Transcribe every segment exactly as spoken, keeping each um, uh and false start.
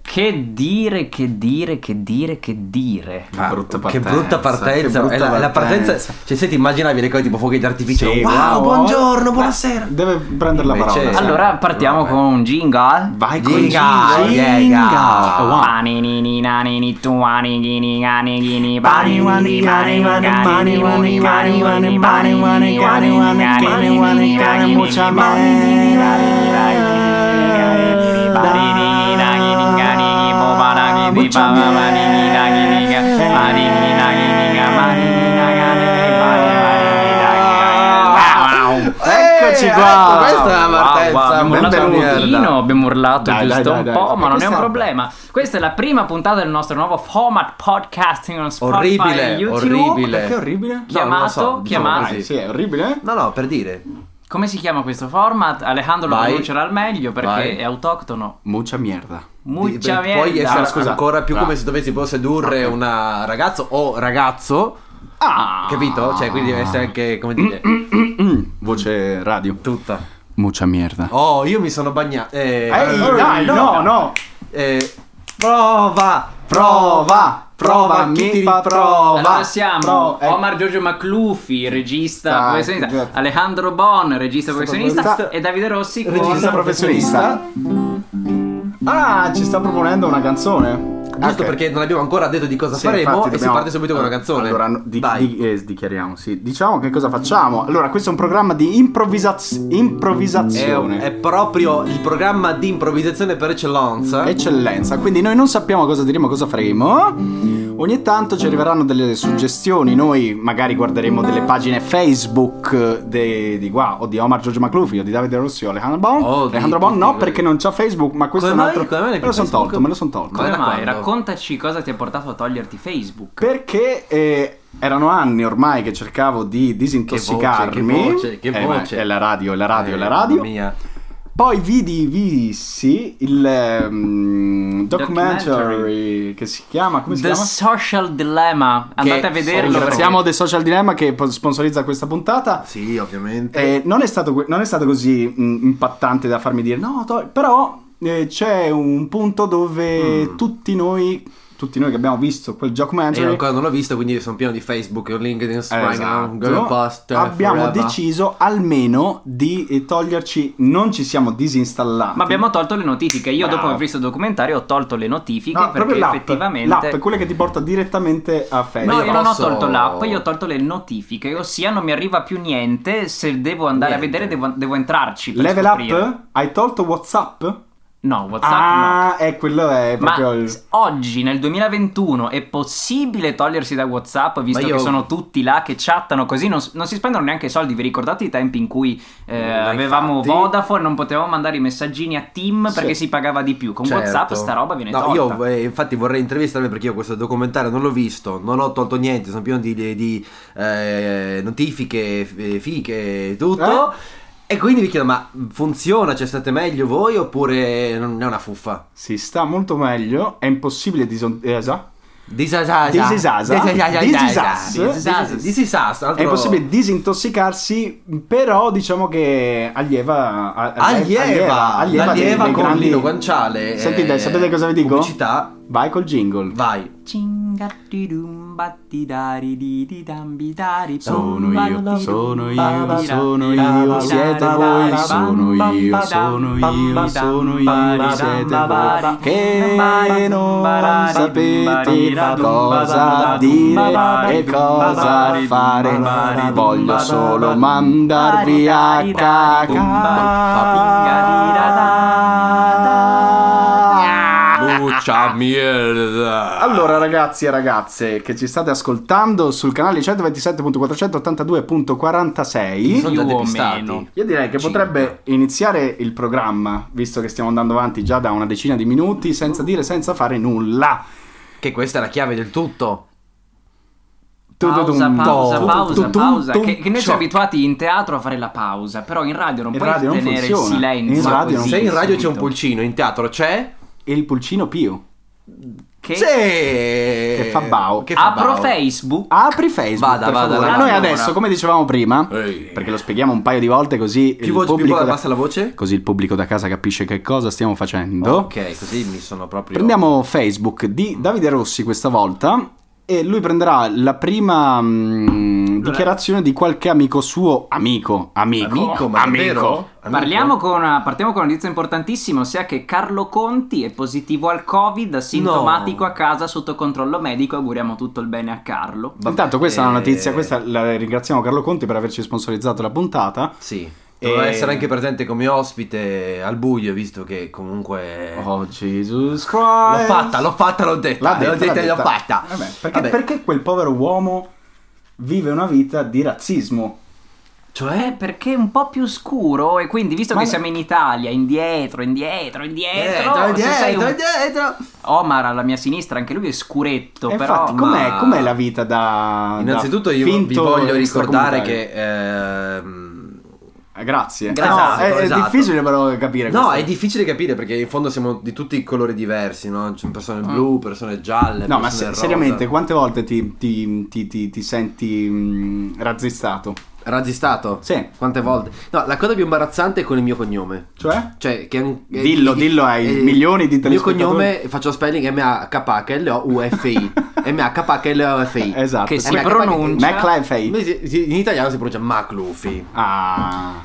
Che dire, che dire, che dire, che dire. Che brutta partenza. Che brutta partenza. Che brutta È la, la partenza. Cioè, se ti immaginavi le cose tipo fuochi d'artificio. Sì, wow, wow, buongiorno, buonasera. Deve prendere la Invece- parola. Allora partiamo vabbè. con un jingle. Vai con Jingle, jingle. jingle. Paninini nanini tuani gini gani gini Bani, wani, gani, wani, bani, wani, gani, wani, bani, wani, gani, wani, gani, wani, gani, mucha Eccoci qua. Ecco, questa è la partenza. Wow, wow, abbiamo urlato un merda. pochino, abbiamo urlato Dai, giusto dai, dai, un dai. po', ma E non è un questa- problema. Questa è la prima puntata del nostro nuovo format podcasting on Spotify Orribile, e YouTube. orribile. Perché è orribile? Chiamato, No, non lo so, chiamato. diciamo Dai, sì, è orribile. No, no, per dire. Come si chiama questo format? Alejandro lo Vai. pronuncerà al meglio perché Vai. è autoctono. Mucha mierda. Muccia Di- Puoi merda. essere scusa. ancora più Ah. come se dovessi poi sedurre Ok. una ragazzo o ragazzo. Ah. Capito? Cioè, quindi deve essere anche, come dire, Voce radio. tutta. Mucha mierda. Oh, io mi sono bagnato. Eh, Ehi, eh, dai, no, no. eh, prova, Prova, prova, chi ti mi fa riprova. Allora siamo Pro- eh. Omar Giorgio Maclufi, regista Dai, professionista, grazie. Alejandro Bon, regista professionista, professionista. e Davide Rossi, Regista con- professionista. Ah, ci sta proponendo una canzone. Giusto Ok. perché non abbiamo ancora detto di cosa Sì, faremo infatti e si dobbiamo- parte subito con una canzone. Allora, no, di- Vai. di- eh, dichiariamo, sì. Diciamo che cosa facciamo. Allora, questo è un programma di improvvisaz- È, improvvisazione. è proprio il programma di improvvisazione per eccellenza. Eccellenza. Quindi noi non sappiamo cosa diremo, cosa faremo. Ogni tanto ci arriveranno delle suggestioni. Noi magari guarderemo delle pagine Facebook de- di qua, o di Omar Giorgio Maclufi, o di Davide Rossi, o Alejandro Bon. Oh, di Alejandro Bon tutti no, quelli. perché non c'ha Facebook, ma questo Come è un mai? altro. Come mai non Me lo c'è sono Facebook? tolto, me lo sono tolto. Come Ma da mai? quando? Raccontaci cosa ti ha portato a toglierti Facebook. Perché eh, erano anni ormai che cercavo di disintossicarmi. Che voce, che voce, che Eh, ma voce. È la radio, è la radio, è Eh, la radio. mamma mia. Poi vidi, vissi il ehm, documentary, Documentary. che si chiama, come si The chiama? Social Dilemma. Andate a vederlo. Ringraziamo The Social Dilemma che po- sponsorizza questa puntata. Sì, ovviamente. Eh, non, è stato, que- non è stato così mh, impattante da farmi dire no, to- però eh, c'è un punto dove Mm. tutti noi, tutti noi che abbiamo visto quel documentary, Io ancora non l'ho visto, quindi sono pieno di Facebook, LinkedIn, Instagram, Esatto. Google Post. abbiamo forever. deciso almeno di eh, toglierci, non ci siamo disinstallati. Ma abbiamo tolto le notifiche. Io Bravo. dopo aver visto il documentario ho tolto le notifiche No, perché proprio l'app, effettivamente l'app è quella che ti porta direttamente a Facebook. No, io io non ho posso- tolto l'app, io ho tolto le notifiche, ossia non mi arriva più niente. Se devo andare Niente. a vedere devo, devo entrarci per Level scoprire. up? Hai tolto WhatsApp? No, WhatsApp no. Ah, è quello è Ma proprio il... s- oggi nel duemilaventuno è possibile togliersi da WhatsApp, visto Ma io- che sono tutti là che chattano così, non, s- non si spendono neanche soldi. Vi ricordate i tempi in cui eh, Ma avevamo infatti- Vodafone, non potevamo mandare i messaggini a Team perché Sì. si pagava di più. Con Certo. WhatsApp sta roba viene No, tolta. io eh, infatti vorrei intervistarmi perché io questo documentario non l'ho visto, non ho tolto niente, sono pieno di, di- di, eh, notifiche, f- fiche, tutto. E quindi vi chiedo, ma funziona? Cioè, state meglio voi oppure non è una fuffa? Si sta molto meglio, è impossibile dison... eh, sa? Disasasa. Disisasa. Disisasa. Disisas. Disisas. Disisas. È possibile disintossicarsi, però diciamo che allieva a- Allieva, allieva dei- allieva dei con grandi- Lino Guanciale. Sentite, eh, sapete cosa vi dico? Pubblicità. Vai col jingle. Vai. Sono io, sono io, sono io, siete voi, sono io, sono io, sono io, siete voi, che non sapete cosa dire e cosa fare, voglio solo mandarvi a cacà. Muccia merda. Allora ragazzi e ragazze che ci state ascoltando sul canale centoventisette punto quattrocentottantadue punto quarantasei, Sono già più o depistati. meno. io direi che Cinque. potrebbe iniziare il programma, visto che stiamo andando avanti già da una decina di minuti senza dire, senza fare nulla. Che questa è la chiave del tutto. Pausa, Tududum, pausa, to- pausa, tutum, pausa. tum, Che, che noi ciò. siamo abituati in teatro a fare la pausa, però in radio non In puoi radio non tenere il funziona. silenzio. In radio non così Se in radio c'è un subito. pulcino, in teatro c'è. E il pulcino Pio. Che? Sì. Che fa bao. Che fa Apro bao. Facebook. Apri Facebook, Vada, per vada, favore. vada. Noi Allora. adesso, come dicevamo prima, Ehi. perché lo spieghiamo un paio di volte così Più il voce, più pubblico voce, da- basta la voce. così il pubblico da casa capisce che cosa stiamo facendo. Ok, così mi sono proprio... Prendiamo Facebook di Davide Rossi questa volta e lui prenderà la prima mm, dichiarazione di qualche amico suo, amico, amico, Amico, ma amico. davvero? Amico? Parliamo con una, partiamo con una notizia importantissima, ossia che Carlo Conti è positivo al Covid, asintomatico No. a casa sotto controllo medico. Auguriamo tutto il bene a Carlo. Vabbè, Intanto questa è una eh, notizia, questa la ringraziamo Carlo Conti per averci sponsorizzato la puntata. Sì. Doveva E- essere anche presente come ospite al buio, visto che comunque... Oh Jesus Christ. L'ho fatta, l'ho fatta, l'ho detta, L'ha detta, l'ho detta, l'ha l'ho detta. fatta. Vabbè, perché, Vabbè. perché quel povero uomo vive una vita di razzismo? Cioè? Eh, perché è un po' più scuro e quindi visto Ma- che siamo in Italia, indietro, indietro, indietro, Dietro, se sei dietro, un- dietro. Omar alla mia sinistra, anche lui è scuretto, E però infatti, com'è, ma- com'è la vita da Innanzitutto da io vi finto voglio ricordare extracomunitario? che... ehm, Eh, Grazie. Grazie. No, è, è Esatto. difficile però capire No, questo. è difficile capire perché in fondo siamo di tutti i colori diversi, no? C'è persone blu, persone gialle, No, ma persone se- rosa. seriamente, quante volte ti, ti, ti, ti, ti senti mh, razzistato? Razzistato? Sì. Quante volte? No, la cosa più imbarazzante è con il mio cognome. Cioè? Cioè, che è un- è- Dillo, è- dillo ai è- milioni di Il mio telespettatori. cognome, faccio spelling M A K H L O U F I. M A K H L O F I. Esatto. che sì. si Eh, ma- pronuncia McClafey. In italiano si pronuncia McLuffy. Ah.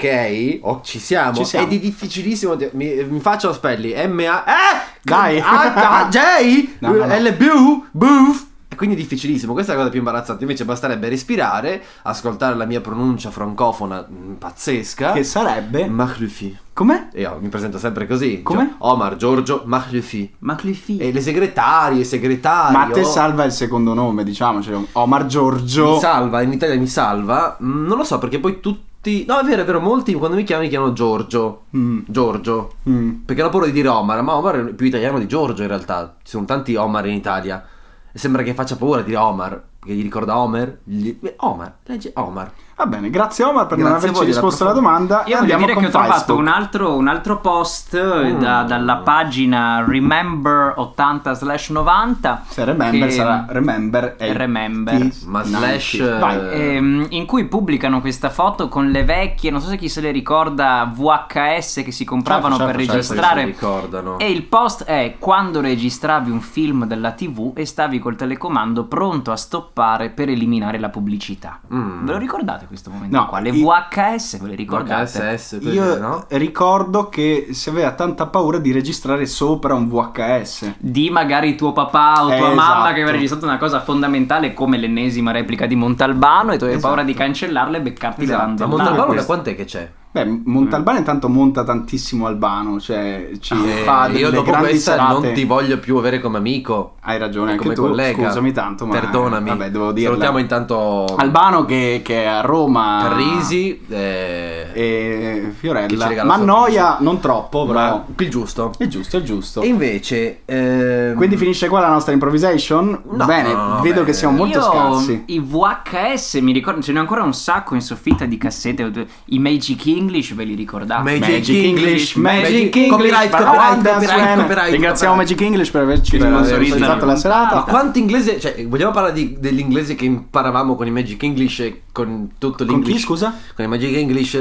Ok, oh, ci siamo. Ci siamo. È di difficilissimo. di- Mi, mi faccio spelling M A Eh! Dai. H J No, no, no. L B Boof. E quindi è difficilissimo. Questa è la cosa più imbarazzante. Invece basterebbe respirare, ascoltare la mia pronuncia francofona mh, pazzesca. Che sarebbe? McLuffy. Com'è? E io mi presento sempre così. Come? Gio- Omar Giorgio McLuffy. McLuffy. E le segretarie, i segretari. Ma a te oh, salva il secondo nome, diciamocelo. Omar Giorgio. Mi salva, in Italia mi salva. Mm, non lo so perché poi tutti. No, è vero, è vero, molti quando mi chiamano mi chiamano Giorgio. Mm. Giorgio. Mm. Perché hanno paura di dire Omar, ma Omar è più italiano di Giorgio in realtà. Ci sono tanti Omar in Italia. E sembra che faccia paura di dire Omar. Perché gli ricorda Homer. Gli... eh, Omar, legge Omar. Va bene, grazie Omar per non Grazie a averci voi della risposto alla profonda- domanda. Io voglio Andiamo dire con che ho trovato Facebook. un altro, un altro post eh, Mm. da- dalla pagina Remember ottanta slash novanta. Se remember che- sarà remember e Remember. Ma slash, Vai. eh, Ehm, in cui pubblicano questa foto con le vecchie, non so se chi se le ricorda, V H S che si compravano Certo, per certo, certo, registrare. si ricordano. E il post è: quando registravi un film della tivù e stavi col telecomando pronto a stoppare per eliminare la pubblicità. Mm. Ve lo ricordate questo momento No, qua? Le i- V H S ve le ricordate? H S S, Io no? ricordo che si aveva tanta paura di registrare sopra un V H S. Di magari tuo papà o tua Esatto. mamma che aveva registrato una cosa fondamentale come l'ennesima replica di Montalbano e tu avevi Esatto. paura di cancellarla e beccarti Esatto. davanti Ma al Montalbano lago. da quant'è che c'è? Beh, Montalbano intanto monta tantissimo Albano, cioè ci Eh, fa delle io dopo grandi questa serate. non ti voglio più avere come amico. Hai ragione e anche come tu, collega. scusami tanto, ma Perdonami. vabbè, devo dirla. Salutiamo intanto Albano che, che è a Roma. Parisi eh, E Che ci Fiorella. regala Ma sua noia non troppo, però. ma il giusto. È giusto, è giusto. E invece ehm, Quindi finisce qua la nostra improvisation? No, Bene, no, no, vedo beh, che siamo molto Io scarsi. i V H S mi ricordo, ce n'è ancora un sacco in soffitta di cassette. I Magic English ve li ricordate? Magic Magic English, Magic English, Copyright, Baron copyright, Dance copyright, Man. copyright, Ringraziamo copyright. Magic English per averci Per aver sponsorizzato la sponsorizzato. serata. ma quanto inglese, cioè vogliamo parlare di- dell'inglese che imparavamo con i Magic English e con tutto Con l'English? chi, scusa? Con i Magic English.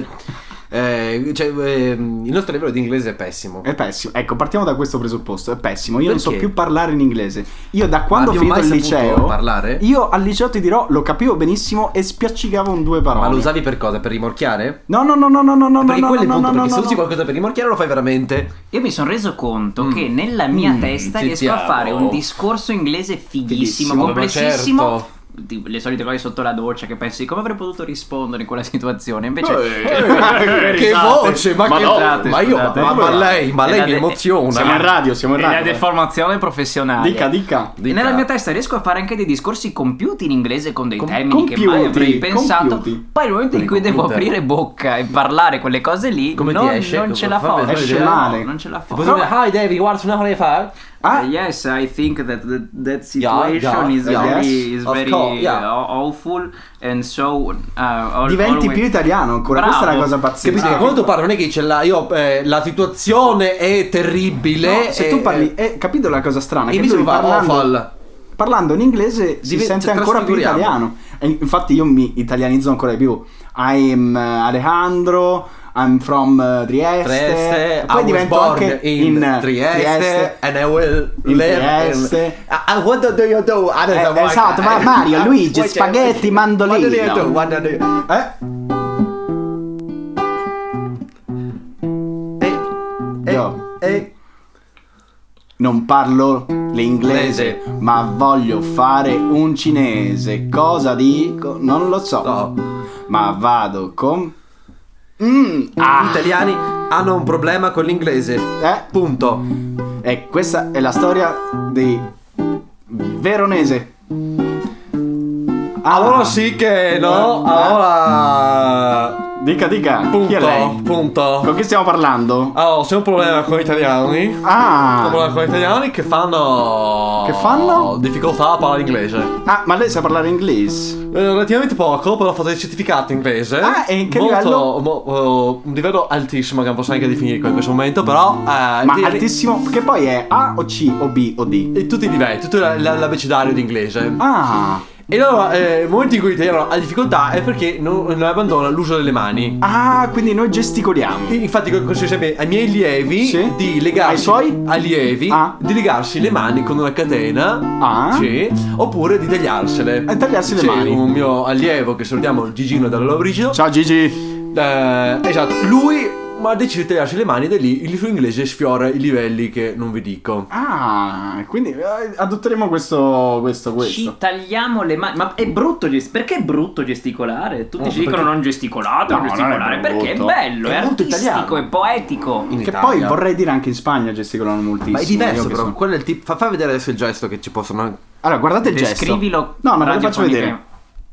Eh, cioè, ehm, il nostro livello di inglese è pessimo. È pessimo. Ecco, partiamo da questo presupposto. È pessimo. Io non so Perché? più parlare in inglese. Io da quando ho abbiamo finito il mai saputo liceo parlare? Io al liceo ti dirò, lo capivo benissimo e spiaccicavo un due parole. Ma lo usavi per cosa? Per rimorchiare? No, no, no, no, no, no, no. Perché no, quello è il no, punto, no, perché no, se usi no. qualcosa per rimorchiare lo fai veramente. Io mi sono reso conto Mm. che nella mia Mm, testa ci riesco a siamo. fare un discorso inglese fighissimo, Fighissimo, complessissimo. ma certo. Di- Le solite cose sotto la doccia che pensi come avrei potuto rispondere in quella situazione. Invece che risate. voce, ma, Ma che no, scusate, ma io, scusate. ma, ma lei, ma lei la mi de- emoziona. Siamo in radio, siamo in è la radio. deformazione professionale. Dica, dica. E nella mia testa riesco a fare anche dei discorsi compiuti in inglese con dei Com- termini che mai compiuti, avrei pensato. compiuti. Poi nel momento in Con cui i devo computer. aprire bocca e parlare quelle cose lì, Come ti non, esce? non ce la Vabbè, faccio. esce No, male. non ce la Posso faccio. dire, hi David, what's not fare? Uh, yes, I think that that, that situation Yeah, yeah, is yeah. very Yes, is of very course, yeah. uh, awful, and so uh, al- Diventi always- più italiano ancora, Bravo. questa è una cosa pazzesca. Capito? Che quando tu parli non è che c'è la, io, eh, la situazione è terribile. No, se e- tu parli, eh, capito la cosa strana? e Che invece lui fa parlando, awful. parlando in inglese si Diven- sente cioè, ancora più trasfiguriamo. italiano. E infatti io mi italianizzo ancora di più. I'm uh, Alejandro, I'm from uh, Trieste. Trieste, E poi I divento was born anche in, in Trieste, Trieste. and I will in live Trieste. in uh, what do you do? I don't Eh, know what- esatto, ma Mario, Luigi, What- spaghetti, What do you mandolino. do? What do you- Eh? Eh, Io eh, non parlo l'inglese, Inglese. ma voglio fare un cinese. Cosa dico? Non lo so. No. Ma vado con... Mm, ah, Gli italiani hanno un problema con l'inglese. eh? Punto. E questa è la storia di Veronese. Ah, Allora sì che no, Eh, allora Dica, dica. punto, Chi è lei? punto. Con chi stiamo parlando? Allora, c'è un problema con gli italiani. Un Ah, problema con gli italiani che fanno Che fanno? difficoltà a parlare inglese. ah, ma lei sa parlare inglese? Eh, relativamente poco, però ho fatto il certificato inglese. Ah, e in che Molto- livello? mo- eh, un livello altissimo che non posso neanche definire in questo momento, però eh, Ma di- altissimo, che poi è A o C o B o D? in tutti i livelli, tutto la- la- l'abecedario di inglese. Ah, E allora, eh, il momento in cui l'italiano ha difficoltà è perché non, non abbandona l'uso delle mani. ah, quindi noi gesticoliamo. Infatti consiglio sempre ai miei allievi Sì. di legarsi Ai suoi? allievi Ah. di legarsi le mani con una catena. Ah. Sì. Oppure di tagliarsele. E tagliarsi le Sì, mani. un mio allievo che salutiamo, Gigino dalla Lorigido. Ciao Gigi. Eh, esatto, lui ma decide di tagliarsi le mani e da lì il suo inglese sfiora i livelli che non vi dico. Ah, quindi eh, adotteremo questo, questo, questo. Ci tagliamo le mani. Ma è brutto gest- perché è brutto gesticolare? Tutti Oh, ci dicono perché- non gesticolate, No, non non è gesticolare. Perché è brutto. bello, è, È molto artistico, italiano. è poetico. In Che Italia. poi vorrei dire anche in Spagna gesticolano moltissimo. Ma è diverso Io che però, sono- quello è il tipo. Fa, fa vedere adesso il gesto che ci possono. Allora, guardate il gesto. Descrivilo No, ma ve lo faccio radiofonicamente. vedere.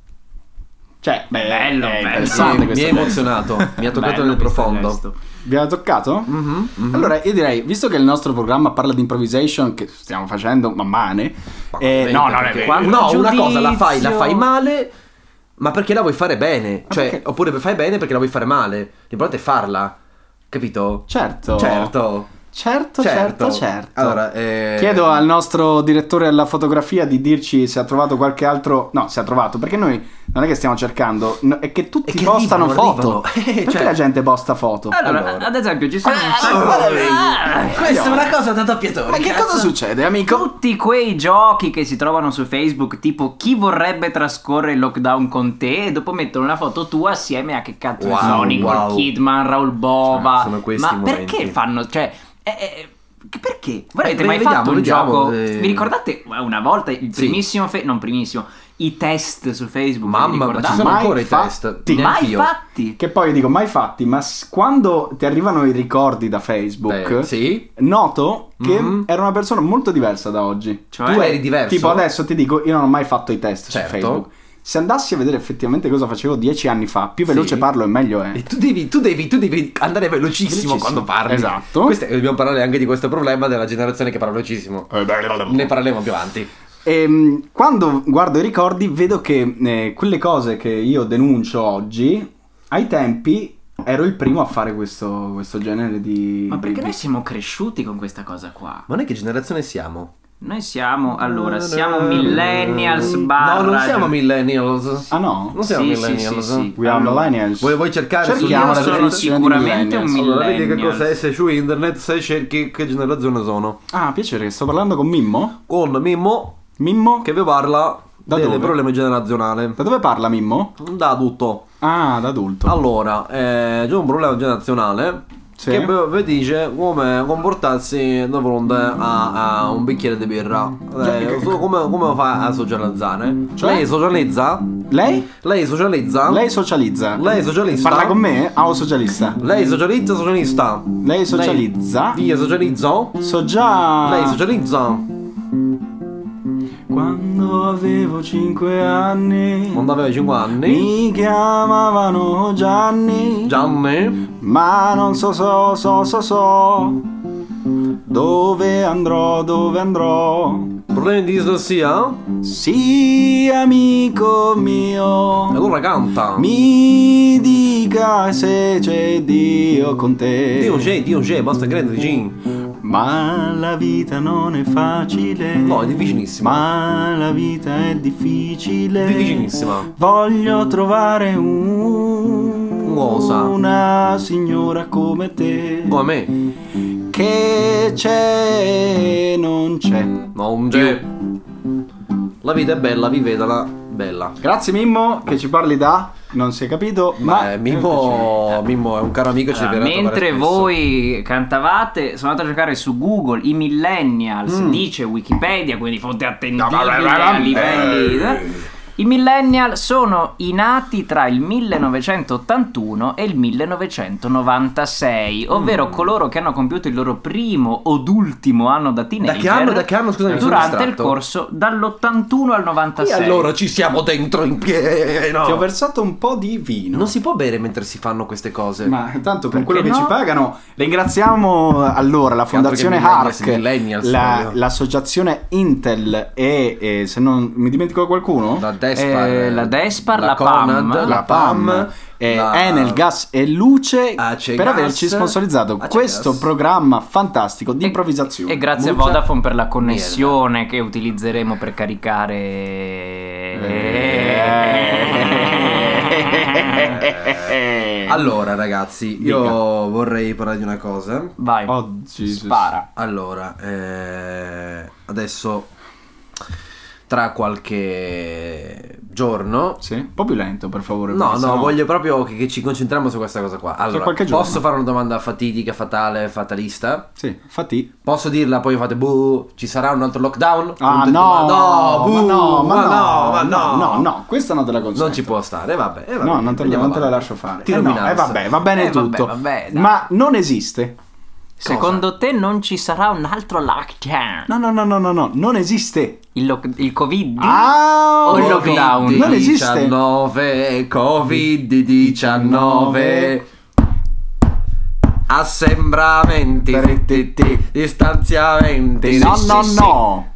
Cioè, beh, Bello, è bello. interessante mi, mi questo ha gesto. emozionato, mi ha toccato Bello nel questo profondo. gesto. Vi ha toccato? Mhm, mhm. Allora, io direi, visto che il nostro programma parla di improvisation, che stiamo facendo man mane, eh, no, non è Perché vero. quando- Quando no, una cosa la fai, la giudizio- fai male, ma perché la vuoi fare bene? Cioè, perché- oppure fai bene perché la vuoi fare male. L'importante è farla, capito? Certo. Certo. Certo, certo, certo. Allora, eh... Chiedo al nostro direttore alla fotografia di dirci se ha trovato qualche altro. No, se ha trovato, perché noi non è che stiamo cercando, no, è che tutti È che postano arrivano, foto. arrivano. Eh, Perché cioè- la gente posta foto? Allora, ad esempio, ci sono un Ah, sacco allora, Ah, questa è una cosa da doppiatore. Ma che cazzo. cosa succede, amico? tutti quei giochi che si trovano su Facebook, tipo chi vorrebbe trascorrere il lockdown con te, e dopo mettono una foto tua assieme a che cazzo ne Wow, so, Nicole wow. Kidman, Raul Bova. Sono questi Ma i perché momenti. fanno, cioè, eh, eh, che- perché? Voi avete beh, mai vediamo, fatto un vediamo, gioco? eh. Vi ricordate una volta il Sì. primissimo, fe- non primissimo, i test su Facebook? vi Mamma, ma ricordate? ci sono Mai ancora i fatti. test. Mai Mai Neanch'io. fatti? Che poi dico, mai fatti, ma s- quando ti arrivano i ricordi da Facebook, Beh, sì. noto che Mhm. era una persona molto diversa da oggi. Cioè? Tu eri diverso. Tipo adesso ti dico, io non ho mai fatto i test Certo. su Facebook. Se andassi a vedere effettivamente cosa facevo dieci anni fa, più Sì. veloce parlo e meglio è. E tu devi, tu devi, tu devi andare velocissimo, Velocissimo. quando parli. Esatto. Questo è- dobbiamo parlare anche di questo problema della generazione che parla velocissimo. Ne parleremo più avanti. Ehm, quando guardo i ricordi vedo che eh, quelle cose che io denuncio oggi, ai tempi ero il primo a fare questo, questo genere di... Ma perché di- noi siamo cresciuti con questa cosa qua? Ma noi che generazione siamo? Noi siamo, allora, siamo millennials No, barra... non siamo millennials. Ah no? Non siamo Sì, sì, millennials. sì, sì. We are Allora, millennials. Vuoi, vuoi cercare su Cerchiamo la Io sono definizione di sicuramente un millennials. Allora, vedi che millennials. cos'è se su internet, se cerchi che generazione sono. Ah, piacere, sto parlando con Mimmo? Con Mimmo Mimmo? che vi parla Da del dove? problema generazionale. Da dove parla Mimmo? Da tutto. Ah, da adulto. Allora, eh, c'è un problema generazionale Sì. che vi- vi dice come comportarsi di fronte a, a un bicchiere di birra. Eh, che- so- come, come fa a socializzare? Cioè? Lei socializza? Lei? Lei socializza? Lei socializza. Lei socialista? Parla con me? Ah, o socialista? Lei socializza, socialista? Lei socializza? Lei- Io socializzo? So già. Lei socializza? Quando avevo cinque anni Quando aveva cinque anni? mi chiamavano Gianni. Gianni? Ma non so so so so so Dove andrò, dove andrò? Problemi di dislessia? Sì, amico mio. Allora canta. Mi dica se c'è Dio con te. Dio c'è, Dio c'è, basta grande Gin. Ma la vita non è facile. No, è difficilissima. Ma la vita è difficile. Difficilissima. Voglio trovare un... Cosa? una signora come te. Come me. Che c'è, non c'è. Non c'è. La vita è bella, vivetela bella. Grazie Mimmo, che ci parli da... Non si è capito, ma... Ma eh, Mimmo, Mimmo è un caro amico. Allora, ci viene a mentre trovare spesso. voi cantavate, sono andato a cercare su Google i millennials, Mm. dice Wikipedia, quindi fonte attendibile No, vabbè, vabbè, a livelli. eh. I millennial sono i nati tra il millenovecentottantuno e il millenovecentonovantasei, ovvero coloro che hanno compiuto il loro primo od ultimo anno da teenager. Da che anno, da che anno, scusami, mi sono durante il distratto. corso dall'ottantuno al E novantasei. allora ci siamo dentro in pieno. Ti ho versato un po' di vino. Non si può bere mentre si fanno queste cose. Ma tanto con Perché quello che no? ci pagano. Ringraziamo allora la Che altro che fondazione millennials, Hark, millennials, la- proprio. l'associazione Intel e, e se non mi dimentico qualcuno, La Despar, Eh, la Despar, la Conad, PAM, la PAM, eh, la- Enel Gas e Luce Ace per Gas, averci sponsorizzato Ace questo Gas. programma fantastico di improvvisazione. E grazie Muccia- a Vodafone per la connessione che utilizzeremo per caricare. Eh. Allora ragazzi, io Dica. vorrei parlare di una cosa. Vai, Oh, Jesus. spara. Allora, eh, adesso tra qualche giorno. Sì? Un po' più lento, per favore. No, perché no, sennò- voglio proprio che, che ci concentriamo su questa cosa qua. Allora, qualche giorno. posso fare una domanda fatidica, fatale, fatalista? Sì, infatti. Posso dirla, poi fate buh, ci sarà un altro lockdown? Ah Punto e no, domanda. no, buh, ma no, ma no, ma no, no, no, questa non te la consento. Non ci può stare, vabbè, eh, vabbè No, non te, andiamo non te la avanti. lascio fare. Tiro Eh no, Minars. eh vabbè, va bene Eh, vabbè, tutto. vabbè, dai. Ma non esiste. Secondo te non ci sarà un altro lockdown? No, no, no, no, no, no, non esiste. Il, lock- il Covid? Ah, O il lockdown? Non esiste. diciannove, covid diciannove, assembramenti, Trettiti. distanziamenti. No, sì, no, sì, no.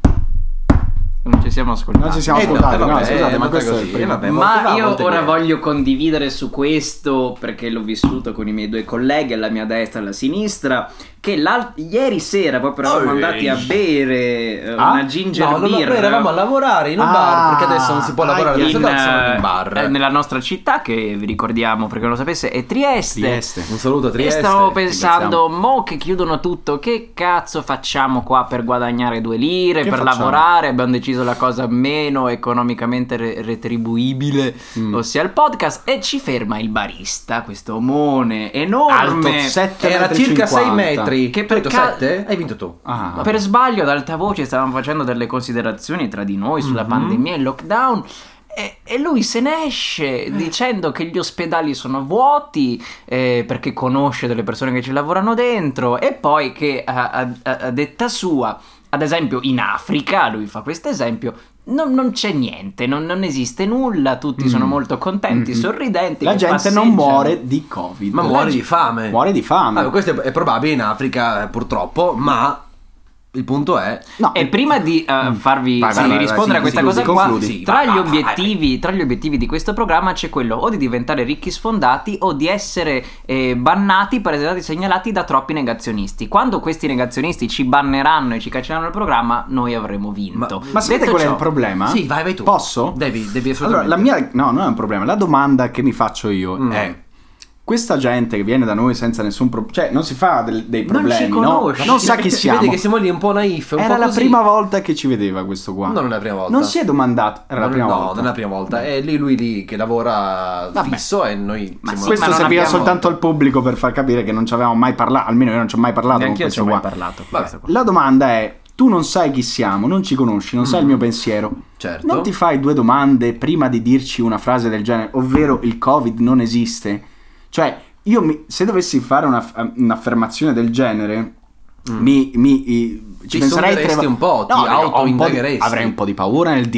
Non ci siamo ascoltati. Non ci siamo Eh, no, ascoltati, eh, no, vabbè, scusate, è ma andata questo è così, il primo. eh, vabbè, volte Ma va, io volte ora viene. voglio condividere su questo, perché l'ho vissuto con i miei due colleghi alla mia destra e alla sinistra, che l'al- ieri sera proprio eravamo Ehi. andati a bere eh, Ah? una ginger No, non, beer. noi eravamo a lavorare in un Ah, bar, perché adesso non si può lavorare ah, adesso in, sono in eh, bar. eh, nella nostra città, che vi ricordiamo perché non lo sapesse, è Trieste. Trieste. Un saluto a E Trieste. stavo pensando, ringraziamo. mo che chiudono tutto, che cazzo facciamo qua per guadagnare due lire, Che per facciamo? lavorare? Abbiamo deciso la cosa meno economicamente re- retribuibile, Mm. ossia il podcast, e ci ferma il barista, questo omone enorme. Alto sette Era metri circa sei cinquanta. metri. Che Tu hai per detto ca- sette? Hai vinto tu. Ah, Per sbaglio ad alta voce stavamo facendo delle considerazioni tra di noi sulla Mhm. pandemia e il lockdown. E, e lui se ne esce dicendo che gli ospedali sono vuoti, eh, perché conosce delle persone che ci lavorano dentro, e poi che a, a- a detta sua, ad esempio in Africa, lui fa questo esempio, non, non c'è niente, non, non esiste nulla, tutti Mm. sono molto contenti, Mhm. sorridenti. la che gente non passeggiano. muore di Covid. Ma La muore ge- di fame. Muore di fame. Allora, questo è, è probabile in Africa, eh, purtroppo, ma il punto è. No. E prima di uh, farvi Vai, sì, vai, vai, rispondere vai, a questa sì, cosa concludi, qua, concludi. Sì, tra, vai, gli vai, obiettivi, tra gli obiettivi di questo programma c'è quello o di diventare ricchi sfondati o di essere eh, bannati per essere stati segnalati da troppi negazionisti. Quando questi negazionisti ci banneranno e ci cacceranno il programma, noi avremo vinto. Ma sapete Detto qual è ciò, il problema? Sì, vai, vai tu. Posso? Devi, devi Allora, assolutamente. la mia... No, non è un problema. La domanda che mi faccio io Mm. è... Questa gente che viene da noi senza nessun problema... Cioè, non si fa del- dei Non problemi, ci no? conosce. Non sa chi Si siamo. vede che siamo lì un po' naif, un Era po' la così. prima volta che ci vedeva questo qua. No, non è la prima volta. Non si è domandato... Era la Non- prima no, volta. non è la prima volta. È lì lui lì che lavora Vabbè. fisso e noi Ma siamo- sì, Questo ma non serviva abbiamo- soltanto al pubblico per far capire che non ci avevamo mai parlato. Almeno io non ci ho mai parlato con neanche io ci questo ho mai qua. parlato. Vabbè. questo qua. La domanda è: tu non sai chi siamo, non ci conosci, non sai il mio pensiero. Certo. Non ti fai due domande prima di dirci una frase del genere, ovvero il Covid non esiste? Cioè, io mi- se dovessi fare una, un'affermazione del genere, mi, mi- i- ci Ti penserei tre sonderesti vo- un po', ti No, no, ho un po' di- autoindagheresti. Avrei un po' di paura nel dire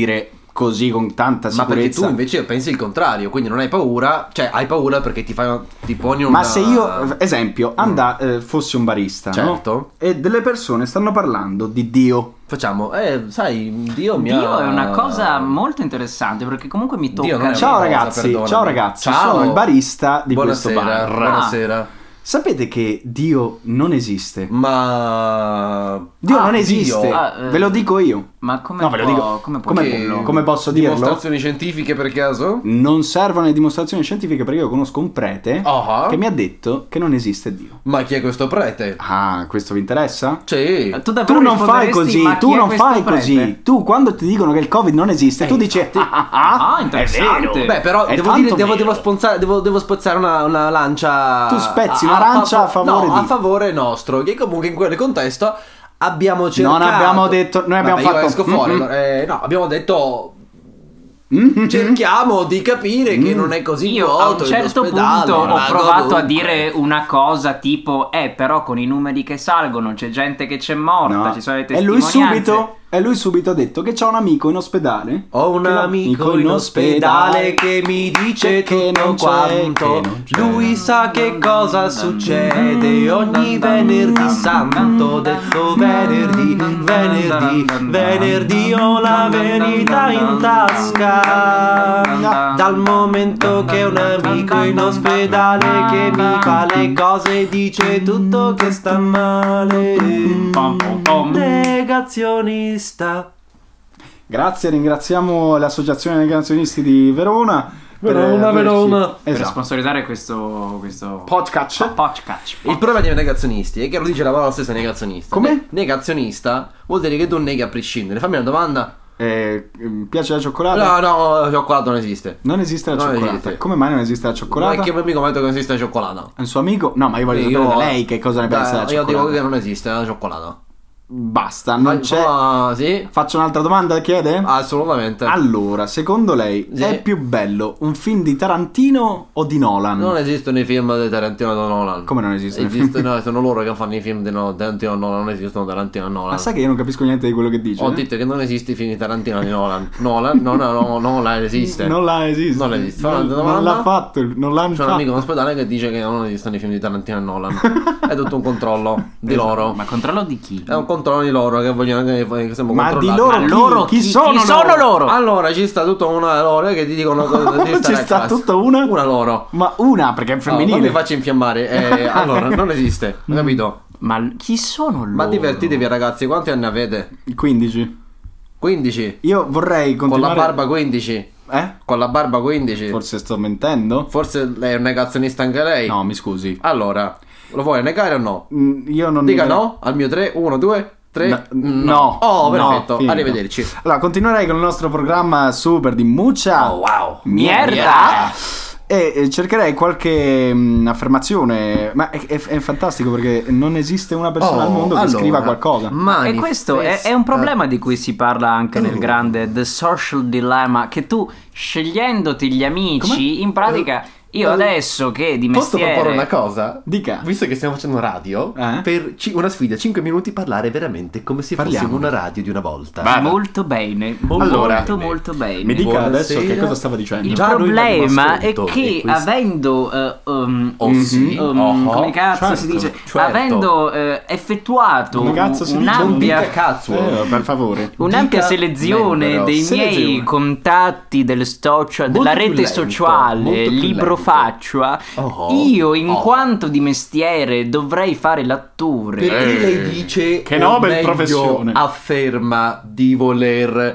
così con tanta Ma perché sicurezza. tu invece pensi il contrario, quindi non hai paura, cioè hai paura perché ti fai ti poni una... Ma se io, esempio, anda, eh, fossi un barista, Certo. no? E delle persone stanno parlando di Dio. Facciamo, eh, sai, Dio mi Dio ha... è una cosa molto interessante perché comunque mi Dio non tocca. è Ciao una cosa, ragazzi, perdonami. ciao ragazzi, Ciao. sono il barista di Buonasera, questo bar. buonasera. Sapete che Dio non esiste? Ma... Dio Ah, non esiste, Dio. Ah, eh, ve lo dico io. Ma come No, ve lo può- dico. come può Come- dirlo? come posso dirlo? Dimostrazioni scientifiche per caso? Non servono le dimostrazioni scientifiche perché io conosco un prete Ah. che mi ha detto che non esiste Dio. Ma chi è questo prete? Ah, questo vi interessa? Sì. Tu, davvero Tu non fai risponderesti, così, ma chi tu è non questo fai prete? così. Tu quando ti dicono che il Covid non esiste, Eh, tu dici infatti. ah, ah, Ah, è interessante. vero. Beh, però È devo tanto dire, devo, vero. devo, sponsare- devo, devo spezzare una, una lancia. Tu spezzi una lancia a favore no, di- a favore nostro. Che comunque in quel contesto abbiamo cercato. Non abbiamo detto- noi abbiamo Vabbè, io fatto- esco fuori. Mm-mm. eh, no, abbiamo detto. Mm-hmm. Cerchiamo di capire che Mm. non è così Io a vuoto un certo l'ospedale, punto ho ma provato a comunque. dire una cosa tipo eh però con i numeri che salgono c'è gente che c'è morta, No. ci sono le E lui testimonianze. subito E lui subito ha detto che c'ha un amico in ospedale. Ho un Che amico in ospedale che mi dice che tutto non c'è, quanto. che non c'è. Lui sa che cosa succede ogni venerdì santo. Detto venerdì, venerdì, venerdì ho la verità in tasca. Dal momento che un amico in ospedale che mi fa le cose dice tutto che sta male. Negazionista. Grazie, ringraziamo l'Associazione dei Negazionisti di Verona. per Verona, averci- Verona. Per Esatto. sponsorizzare questo questo Podcast. podcast. Il problema dei negazionisti è che lo dice la parola stessa negazionista. Come? Ne- negazionista vuol dire che tu neghi a prescindere. Fammi una domanda. Eh, piace la cioccolata? No, no, la cioccolata non esiste. Non esiste la Non cioccolata. esiste. Come mai non esiste la cioccolata? Ma è che mio amico mi ha detto che non esiste la cioccolata. È un suo amico? No, ma io voglio sapere da lei che cosa ne Dai, pensa della Io cioccolata. dico che non esiste la cioccolata. Basta, non Ma- c'è. ma- sì? Faccio un'altra domanda, chiede? Assolutamente. Allora, secondo lei Sì. è più bello un film di Tarantino o di Nolan? Non esistono i film di Tarantino e Nolan. Come non esistono? Esistono, no, sono loro che fanno i film di no- Tarantino e Nolan, non esistono Tarantino e Nolan. Ma sai che io non capisco niente di quello che dice? Ho eh? detto che non esiste i film di Tarantino e di Nolan. Nolan? No, no, no, Nolan esiste. Non l'ha esiste. Non esiste. Fa Non, una non domanda? l'ha fatto, non l'hanno C'è un fatto. amico in ospedale che dice che non esistono i film di Tarantino e Nolan. È tutto un controllo di Esatto. loro. Ma controllo di chi? È un controllo di loro che vogliono che, che siamo Ma di controllati. loro Ma chi? loro chi, chi- sono, chi loro? sono loro? Allora ci sta tutta una loro che ti dicono devi Ci stare a sta casa. tutta una? Una loro. Ma una, perché è No, femminile. non mi faccio infiammare. Eh, allora, non esiste, hai capito? Ma l- chi sono loro? Ma divertitevi ragazzi, quanti anni avete? quindici. quindici? Io vorrei Con continuare. la barba quindici? Eh? Con la barba quindici? Forse sto mentendo? Forse lei è un negazionista anche lei? No, mi scusi. Allora, lo vuoi negare o no? Mm, Io non Dica negherò- no al mio tre, uno, due, tre. No, no. Oh, No, perfetto. finito. Arrivederci. Allora, continuerei con il nostro programma super di muccia Oh, wow. Merda! e e cercherei qualche mm, affermazione. Ma è, è- è fantastico perché non esiste una persona Oh, al mondo che allora, scriva qualcosa. E questo è, è un problema di cui si parla anche nel grande The Social Dilemma, che tu scegliendoti gli amici, in pratica io Eh, adesso che di Posso mestiere proporre una cosa? Dica. Visto che stiamo facendo radio, Eh? per ci- una sfida, cinque minuti parlare veramente come se Parliamo. fossimo una radio di una volta. Vada. molto bene, molto Allora, molto bene. Mi dica Buonasera. adesso che cosa stava dicendo. Il Già noi problema l'abbiamo è ascolto, che e questo- avendo eh, um, Oh, sì. um, Oh, come cazzo certo, si dice certo. avendo eh, effettuato Come cazzo si dice? un'ampia Non dica cazzo. Eh, per favore. un'ampia Dica selezione membro. dei Selezione. miei contatti del social, della più rete lento, sociale, molto più libro lento. faccia, Oh, io in oh. quanto di mestiere dovrei fare l'attore. Perché Eh, lei dice che o nobel meglio, professione. afferma di voler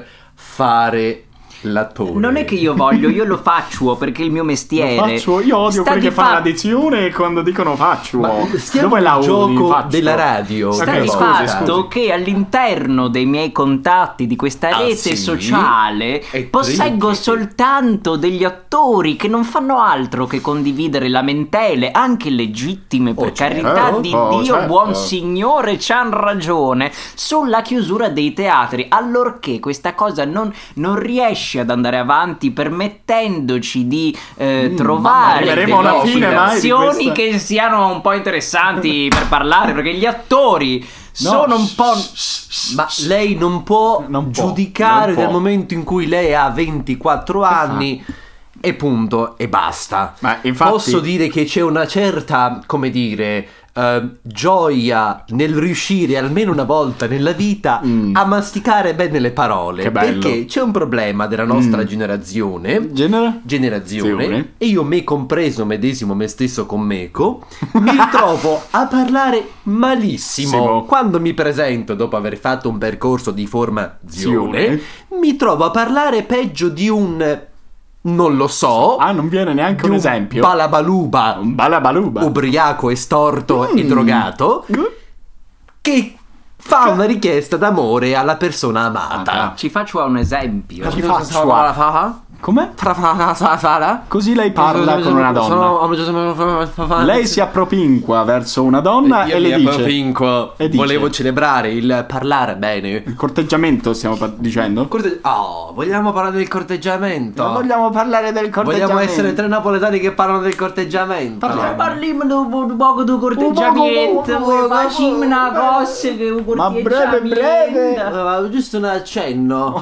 fare l'attore. Non è che io voglio, io lo faccio perché è il mio mestiere. Faccio, io odio Sta quelli di che fanno fa- l'addizione quando dicono faccio. Ma stiamo Dove la nel udi, gioco faccio? della radio. Sta Ok, di scusi, fatto scusi. che all'interno dei miei contatti di questa Ah, rete sì? sociale E posseggo trinchi. soltanto degli attori che non fanno altro che condividere lamentele, anche legittime per Oh, certo. carità di Oh, Dio, certo. buon signore, c'han ragione, sulla chiusura dei teatri, allorché questa cosa non, non riesce ad andare avanti permettendoci di eh, Mm, trovare ma arriveremo delle alla fine mai di situazioni questa- che siano un po' interessanti per parlare, perché gli attori sono un po'... Ma lei non può Non può, giudicare non può. nel momento in cui lei ha ventiquattro anni e punto e basta. Ma infatti- posso dire che c'è una certa, come dire, eh, gioia nel riuscire almeno una volta nella vita Mm. a masticare bene le parole. Che bello. Perché c'è un problema della nostra Mm. generazione. Genere? Generazione Sì. e io me compreso medesimo me stesso con Meco mi ritrovo a parlare malissimo Simo. quando mi presento dopo aver fatto un percorso di formazione. Zione. Mi trovo a parlare peggio di un non lo so Ah, non viene neanche di un un esempio. balabaluba Un balabaluba. ubriaco, estorto Mm. e drogato che fa una richiesta d'amore alla persona amata. Ah, Ci faccio un esempio. Ci faccio. Come? Così lei parla con una donna. Lei si appropinqua verso una donna Io e le mi dice... appropinquo. e dice- Volevo celebrare il parlare bene. Il corteggiamento stiamo pa- dicendo? Corte- Oh, vogliamo parlare del corteggiamento? Non vogliamo parlare del corteggiamento. Vogliamo essere tre napoletani che parlano del corteggiamento. Parliamo un poco di corteggiamento. Un poco, Facciamo una cosa che un Ma breve, corteggiamento. breve. Eh, giusto un accenno.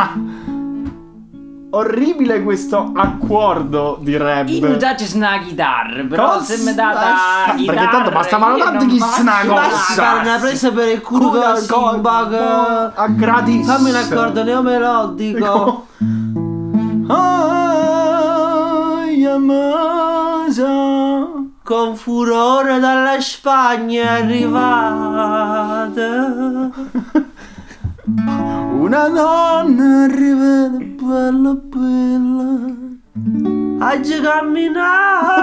Orribile questo accordo di rap. Io non date una chitarra, però Cosa? se mi date Basta, la perché chitarra, tanto bastavano io tanti non chi faccio se ne la cosa. Fare una presa per il culo Culo così, al un bug. a gratis. Fammi un accordo neomelodico. Ai, amasa. Con furore dalla Spagna è arrivata. Una donna arriva bella bella. Oggi camminate,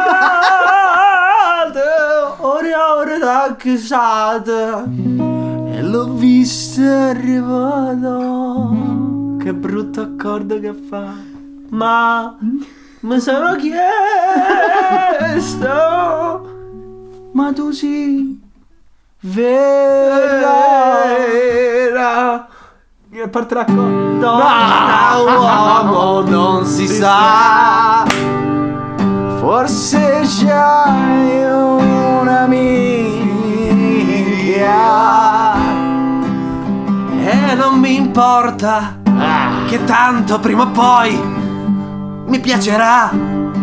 ore e ore da casata. E l'ho vista arrivata. Che brutto accordo che fa. Ma mi sono chiesto, Ma tu sì vera. era E parte l'accordo. donna uomo non si sa. Forse c'hai un'amica. E non mi importa, che tanto prima o poi mi piacerà.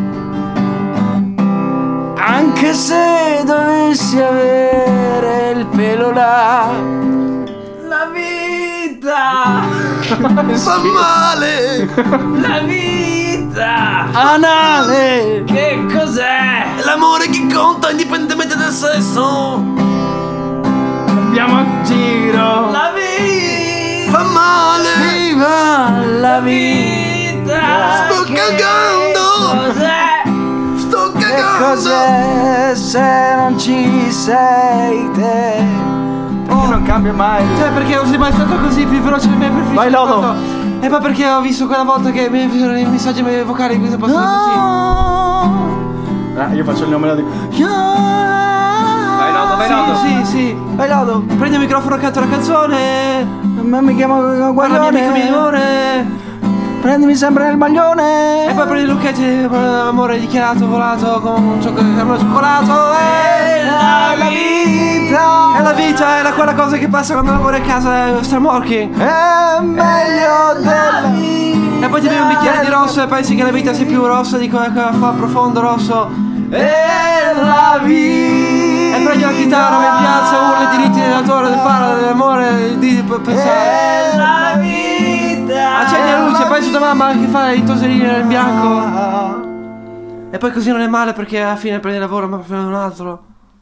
Anche se dovessi avere il pelo là. La vita, Fa male, la vita. Anale. Che cos'è? è l'amore che conta indipendentemente dal sesso. Andiamo a giro. La vita, Fa male, Viva la vita. sto Che cagando. cos'è? sto Che cagando. cos'è se non ci sei te? Perché non cambia mai. Cioè, perché non sei mai stato così più veloce del mio preferito? Vai, Lodo. E poi perché ho visto quella volta che i miei i messaggi vocali mi passano così. Ah, io faccio il nome melodico. Vai Lodo, vai Lodo. Sì, sì, sì. Vai Lodo. Prendi il microfono, canto la canzone. Ma mi chiamo Guarda, mio amico, mio Guaglione. amore. Prendimi sempre nel maglione. E poi prendi Lucchetti, amore dichiarato, volato con un cioccolato. cioccolato e la vita. E la vita è la, quella cosa che passa quando lavori a casa, sta working. È meglio della vita. E poi ti bevi un bicchiere di rosso e pensi che la vita sia più rossa di come fa profondo rosso. E la vita. E prendi la chitarra, vai in piazza, urla i diritti dell'autore, del fare, dell'amore, di pensare. E la vita. Accendi la luce, pensi tua mamma che fa i toserini nel bianco. E poi così non è male perché alla fine prendi lavoro ma prendi un altro.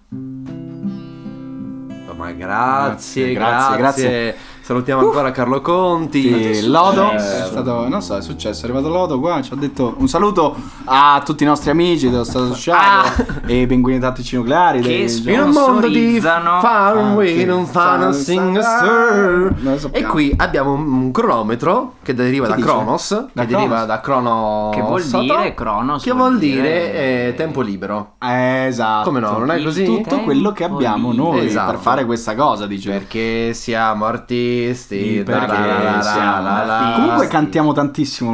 Ma grazie, Grazie, grazie, grazie. Salutiamo ancora Carlo Conti. Sì, Lodo è Eh, stato, non so, è successo, è arrivato Lodo qua, ci ha detto un saluto a tutti i nostri amici dello Stato Sociale e i pinguini tattici nucleari Che dei- spio- in un mondo di sponsorizzano. far Ah, away, sì. non fanno Fan- sing a Ah, stir. noi lo sappiamo. E qui abbiamo un, un cronometro che deriva Che da dice? Kronos, Da che deriva Kronos. da Crono Che vuol Soto, dire Kronos? che vuol dire eh, tempo libero. Esatto. Come no, non è Il così? Tutto quello che abbiamo noi Esatto. per fare questa cosa, dice. Perché siamo artisti. Perché la la la la siamo la la la. Comunque cantiamo tantissimo noi.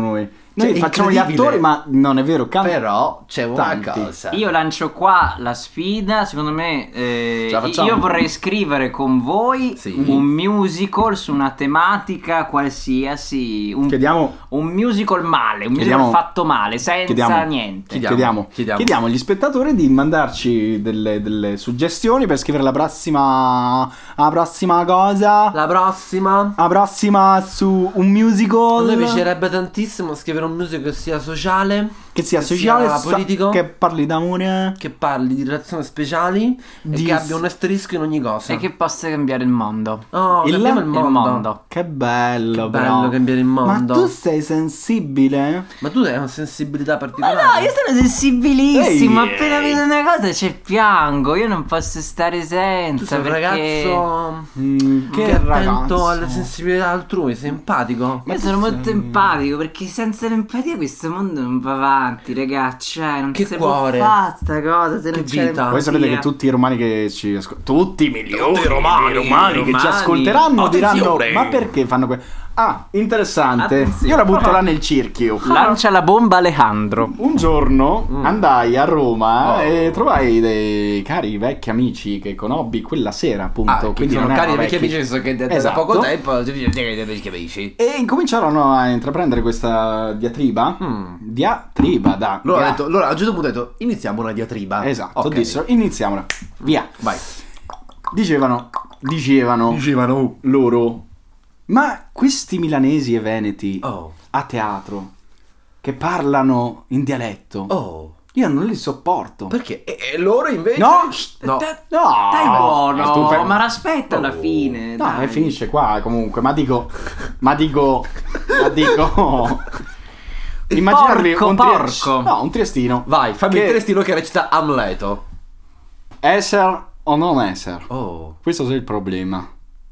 Cioè, Noi facciamo gli incredibile. attori, ma non è vero, can- Però c'è una Tanti. cosa. Io lancio qua la sfida, secondo me eh, Ce la facciamo? io vorrei scrivere con voi Sì. un musical su una tematica qualsiasi, un, Chiediamo un musical male, un Chiediamo- musical fatto male, senza chiediamo- niente. Chiediamo. Chiediamo, chiediamo. chiediamo agli spettatori di mandarci delle, delle suggestioni per scrivere la prossima la prossima cosa La prossima. la prossima su un A musical noi piacerebbe tantissimo scrivere un musical che sia sociale, che sia che sociale, sia sa- politico, che parli d'amore, che parli di relazioni speciali Di e che s- abbia un asterisco in ogni cosa. E che possa cambiare il mondo. Oh, Il- cambiamo il il mondo. mondo. che bello, Che però. bello cambiare il mondo. Ma tu sei sensibile? Ma tu hai una sensibilità Ma particolare. no, io sono sensibilissimo. Ehi. Appena vedo una cosa ci piango. Io non posso stare Tu senza. sei un perché ragazzo Mm, che è attento alle sensibilità altrui, sei empatico. Io sono molto empatico perché senza l'empatia questo mondo non va avanti, ragazzi. Cioè, non Che si cuore. può fare sta cosa se non Che c'è vita. l'empatia. Voi sapete che tutti i romani che ci ascoltano, tutti i milioni Tutti i romani, di romani che ci romani. ascolteranno diranno: Attenzione. ma perché fanno que Ah, interessante. Attenzione. Io la butto là nel cerchio. Lancia la bomba Alejandro. Un giorno andai a Roma Oh. e trovai dei cari vecchi amici che conobbi quella sera, appunto. Ah, quindi quindi sono non cari erano vecchi vecchi. amici so che da, da Esatto. poco tempo ti dicono vecchi amici. E incominciarono a intraprendere questa diatriba. Mm. Diatriba da. Loro, dia- hanno detto, loro a un certo punto hanno detto iniziamo una diatriba. Esatto, Ok. dissero iniziamola. Via. Vai. Dicevano, dicevano Dicevano. loro: ma questi milanesi e veneti Oh. a teatro che parlano in dialetto, Oh. io non li sopporto. Perché? E, e loro invece. No, No. no, Dai buono, ma tu per- ma aspetta alla Oh. fine. No, dai. e finisce qua comunque, ma dico, ma dico, ma dico, immaginarvi porco, un tries- porco. no, un triestino. Vai, fammi Che- il triestino che recita Amleto. Essere o non essere? Oh. Questo è il problema.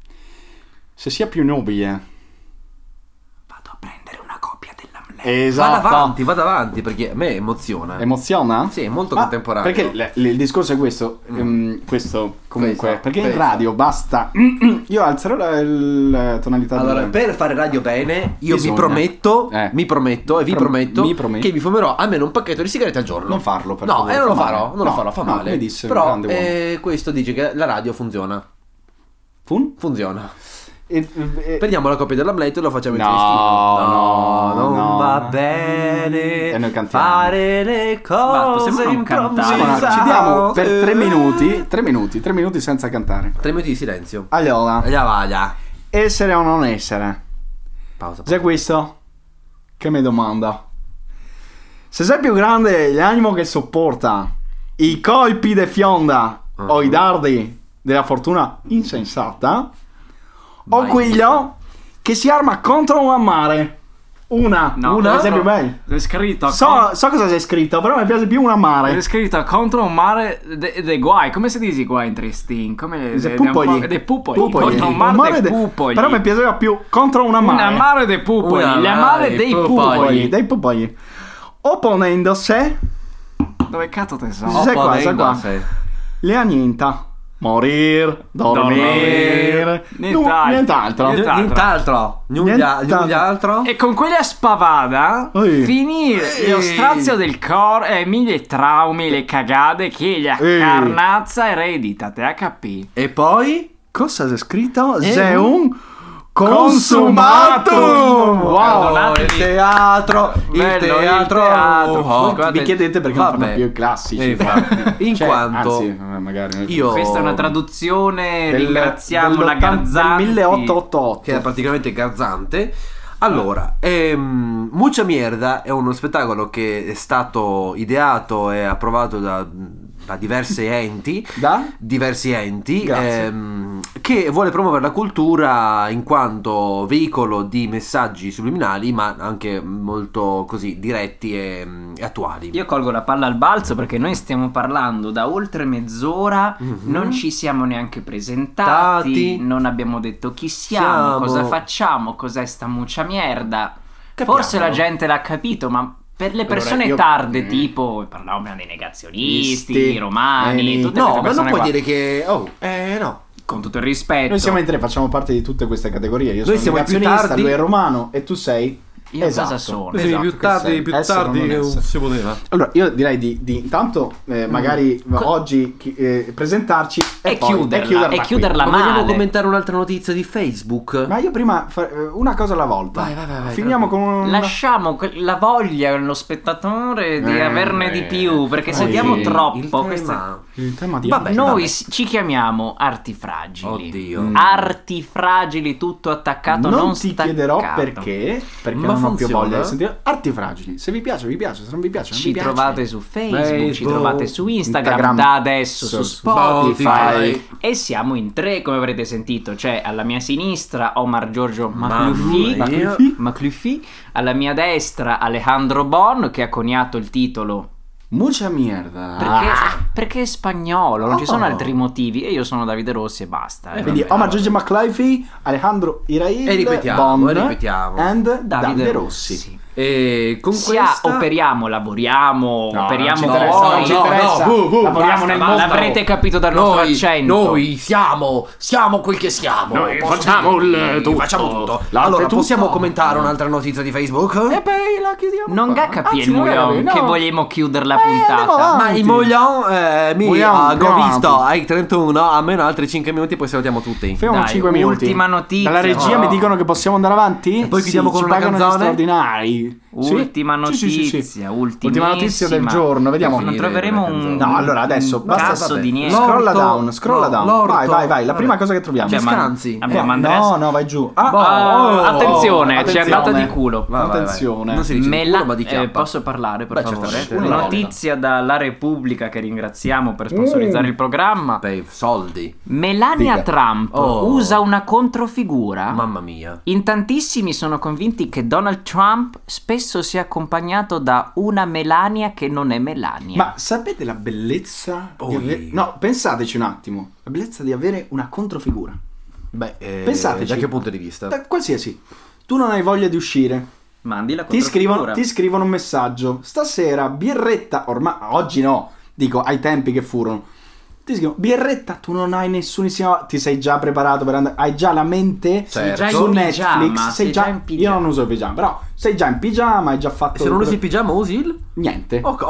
Se sia più nobile. Vado a prendere una copia dell'Amleto. Esatto. Vado avanti, vado avanti perché a me emoziona. Emoziona? Sì, è molto Ma contemporaneo. Perché le- le- il discorso è questo, Mm. ehm, questo comunque, Questo, perché in questo. radio basta. Io alzerò la, la tonalità Allora, del- per fare radio bene, io Bisogna. mi prometto, Eh. mi prometto e vi Pro- prometto mi prometto. che vi fumerò almeno un pacchetto di sigarette al giorno. Non farlo, per No, favore, e non lo fa farò, male. non lo No, farò, fa no, male. come disse un Però grande uomo. eh, questo dice che la radio funziona. Fun? Funziona. E- e- Prendiamo la copia dell'Amleto e lo facciamo in No, triestino. no, non no. va bene E noi cantiamo. fare le Ma possiamo cose non cantare? Simona, improvvisate. ci diamo per tre minuti, tre minuti, tre minuti senza cantare. Tre minuti di silenzio. Allora, Via vaglia. essere o non essere? Pausa. Già questo? Che mi domanda. Se sei più grande l'animo che sopporta i colpi de fionda o i dardi della fortuna insensata, o Vai. quello che si arma contro un mare. Una, No, una, contro- esempio bello. È scritto. So, so cosa c'è scritto, però mi piace più una mare. È scritto contro un mare de, de guai. Come si dice guai in Tristin? Come De de- pupoli. de- De pupoli. Pupoli. Contro un Un mare, mare de de- pupoli. Però mi piaceva più contro una mare. Una mare dei pupoli. Una La mare mare dei dei pupoli. pupoli. Dei pupoli. Opponendosi, Dove cazzo te so? Sai qua, sai qua. Opponendosi. le annienta. Morir, dormire, Dormire. nu- Nient'altro. nient'altro. Nient'altro. Nient'altro. Nulla, Nient'altro. nulla altro. E con quella spavada Ehi. finire Ehi. lo strazio del cor e mille traumi, le cagate che la Ehi. carnazza eredita, te H P. E poi? Cosa c'è scritto? Eh, C'è un- un consumatum. Wow. Perdonatevi. il teatro, il Bello, il teatro. teatro. Oh, Voi vi chiedete perché non vabbè. fanno più i classici. Eh, infatti. In Cioè, quanto anzi, eh, magari io Questa è una traduzione, del- ringraziamo la dell'ottan- Garzanti. del milleottocentottantotto. che è praticamente garzante. Allora, ehm, Mucha Mierda è uno spettacolo che è stato ideato e approvato da, da diversi enti, Da? diversi enti Grazie. ehm, che vuole promuovere la cultura in quanto veicolo di messaggi subliminali, ma anche molto così diretti e, e attuali. Io colgo la palla al balzo perché noi stiamo parlando da oltre mezz'ora, Mhm. non ci siamo neanche presentati, Tati. non abbiamo detto chi siamo, Siamo. cosa facciamo, cos'è sta muccia merda. Capiamo. Forse la gente l'ha capito, ma per le persone io- tarde, Mm. tipo parlavamo prima dei negazionisti, Isti, i romani, eh, tutte No, queste ma non persone puoi qua. dire che oh, eh no. Con tutto il rispetto. Noi siamo in tre, facciamo parte di tutte queste categorie. Io sono siamo i più negazionista, tardi. lui è romano e tu sei Io Esatto. cosa sono? Sì, Esatto, più che tardi, sei. più Essere o tardi non che non essere. si poteva. Allora, io direi di, di intanto eh, magari oggi chi- eh, presentarci e, E poi- chiuderla, chiuderla e qui. chiuderla Ma vogliamo male. commentare un'altra notizia di Facebook? Ma io prima fa- eh, una cosa alla volta. Vai, vai, vai, vai, Finiamo con un... Lasciamo que- la voglia nello spettatore di Eh, averne di più, perché se sì. diamo Il troppo, tema- queste- il tema di Vabbè, oggi. noi vabbè. s- ci chiamiamo arti fragili. Oddio. Mm. Arti fragili, tutto attaccato, non, non ti staccato. chiederò perché, perché Ma non ho più funziona? voglia di sentire. Arti fragili. Se vi piace, vi piace. Se non vi piace, non Ci vi piace. trovate su Facebook, ci Facebook, trovate su Instagram, Instagram, da adesso su su Spotify. Spotify. E siamo in tre, come avrete sentito. C'è alla mia sinistra Omar Giorgio Mamma Maclufi, mia. Maclufi, alla mia destra Alejandro Bon, che ha coniato il titolo Mucha mierda. perché, Ah. perché è spagnolo, non ci sono Oh. altri motivi. E io sono Davide Rossi e basta. eh. Quindi vabbè, Omar vabbè. Giorgio McLeify, Alejandro Iraid, E ripetiamo, Bon e ripetiamo. and Davide Rossi. Sì. E con Sia questa operiamo, lavoriamo, No, operiamo non ci interessa, voi. non ci no, interessa. no, bu, bu, Lavoriamo basta, nel Ma mondo. l'avrete capito dal nostro noi, accento. noi siamo, siamo quel che siamo. Noi Posso facciamo dirvi, il tutto. facciamo tutto. L'arte Allora, tutto. possiamo commentare un'altra notizia di Facebook? E poi la chiudiamo. Non qua. ga capire Anzi, il magari, Mouillon no. che vogliamo chiudere la Eh, andiamo puntata. avanti. Ma il Moglion eh, mi Vogliamo- ha andiamo visto avanti. ai trentuno, almeno altri cinque minuti, poi salutiamo tutti. Fermiamo Dai, cinque minuti. ultima notizia. Dalla regia Oh. mi dicono che possiamo andare avanti. E poi chiudiamo Sì, con ci una pagano gli canzone? straordinari. Sì? Ultima Sì, sì, sì, sì. notizia, Ultima notizia del ultimissima. giorno, vediamo. Non troveremo un No, allora adesso un basta, cazzo vabbè. di niente. No. Scrolla L'orto- down, scrolla no, down. l'orto- Vai, vai, vai. La vabbè. prima cosa che troviamo. Cioè, ma- Scanzi. Abbiamo Eh, Andrea- no, no, vai giù. Ah, Oh, oh, attenzione, oh, ci è andata attenzione. di culo. Vai, vai, vai. Attenzione. Non si dice di Mela- culo, ma di eh, chiappa. posso parlare per Beh, favore? certamente. Una volta. Notizia dalla Repubblica che ringraziamo per sponsorizzare Mm. il programma. Per soldi. Melania Dica. Trump Oh. usa una controfigura. Mamma mia. In tantissimi sono convinti che Donald Trump spesso sia accompagnato da una Melania che non è Melania. Ma sapete la bellezza di Oi. avere... No, pensateci un attimo. La bellezza di avere una controfigura. Beh, eh, Pensateci. da che punto di vista? Da qualsiasi. Tu non hai voglia di uscire. Mandi la Ti controfigura. scrivono, ti scrivono un messaggio. Stasera, birretta. Ormai, oggi no. Dico, ai tempi che furono. Ti scrivono, birretta, tu non hai nessunissima... Ti sei già preparato per andare... Hai già la mente Certo. già in su pigiama, Netflix. Sei sei già... già in pigiama. Io non uso il pigiama, però sei già in pigiama, hai già fatto... E se non usi il pigiama, usi il? Niente. Ok.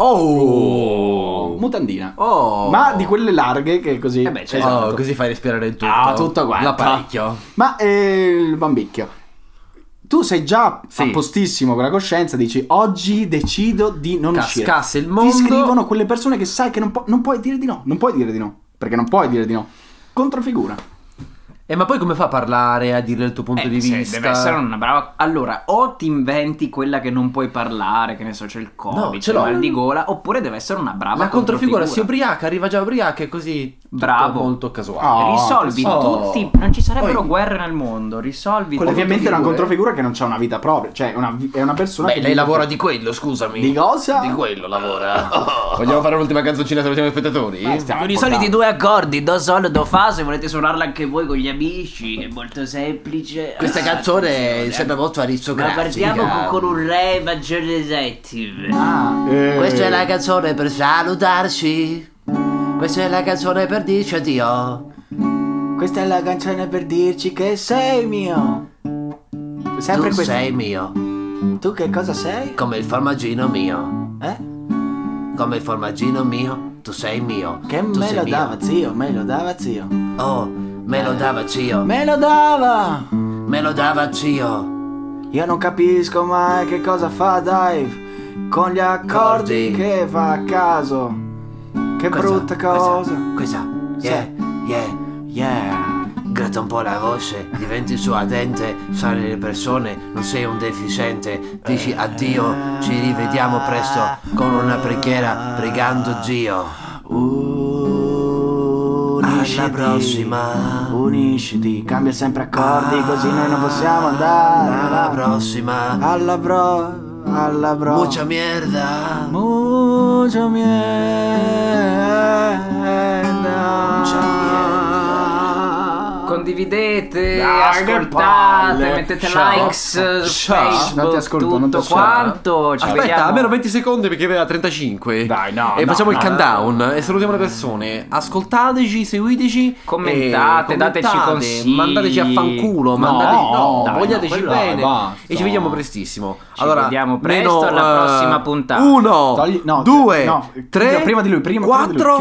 Oh. Mutandina. Oh. Ma di quelle larghe che così... Eh beh, certo. Esatto. Oh, così fai respirare il tutto. Ah, tutto quanto. L'apparecchio. Ma eh, il bambicchio. Tu sei già Sì. a postissimo con la coscienza, dici oggi decido di non uscire. Cascasse il mondo. Ti scrivono quelle persone che sai che non, pu- non puoi dire di no. Non puoi dire di no. Perché non puoi dire di no. Controfigura. E ma poi come fa a parlare, a dire il tuo punto Eh, di se vista? deve essere una brava. Allora, o ti inventi quella che non puoi parlare, che ne so, c'è il No, Covid, ce c'è il l'ho. mal di gola, oppure deve essere una brava La controfigura si controfigura. ubriaca, arriva già ubriaca e così. tutto Bravo. molto casuale. Oh, Risolvi oh. tutti. Non ci sarebbero Poi- guerre nel mondo. Risolvi tutti. Ovviamente è una controfigure. controfigura che non c'ha una vita propria. Cioè, è una, vi- è una persona Beh, che... lei vive- lavora di quello, scusami. Di cosa? Di quello lavora. Vogliamo fare l'ultima canzoncina se salutiamo i spettatori? Eh, stiamo Con i portando. soliti due accordi, do sol, do fa, se volete suonarla anche voi con gli amici, è molto semplice. Questa Ah, canzone attenzione. sembra molto Ma aristocratica. partiamo con, con un re maggiore settive. Ah, eh. Questa è la canzone per salutarci. Questa è la canzone per dirci addio. Questa è la canzone per dirci che sei mio. Sempre tu questa. sei mio, Tu che cosa sei? come il formaggino mio. Eh? Come il formaggino mio, tu sei mio. Che tu me sei lo mio. dava zio, me lo dava zio. Oh, me lo dava zio. Me lo dava! Me lo dava zio. Io non capisco mai che cosa fa Dave con gli accordi Accordi. che fa a caso. Che Questa- brutta cosa. Questa, questa, yeah, yeah. Yeah. Gratta un po' la voce, diventi suadente, sali le persone, non sei un deficiente. Dici addio, ci rivediamo presto con una preghiera pregando Dio. Unisciti. Alla prossima. Unisciti, cambia sempre accordi così noi non possiamo andare. Alla prossima. Alla bro, alla bro. Mucha mierda. Mucha mierda. condividete, Dai, che ascoltate, palle. mettete Ciao. likes Ciao. su Non ti Facebook, ascolto, non ti tutto ascolto. quanto. Ci Aspetta, vediamo. almeno venti secondi perché aveva trentacinque. Dai, no, E no, facciamo no, il no, countdown no, no. e salutiamo le persone. Ascoltateci, seguiteci, Commentate, e dateci commentate, consigli. mandateci a fanculo, No, mandateci, no, dai, vogliateci no, quella bene. basta. E ci vediamo prestissimo. Ci vediamo presto meno, alla eh, prossima puntata. Uno, Togli- no, due, no, tre, prima di lui, prima- prima di lui. quattro.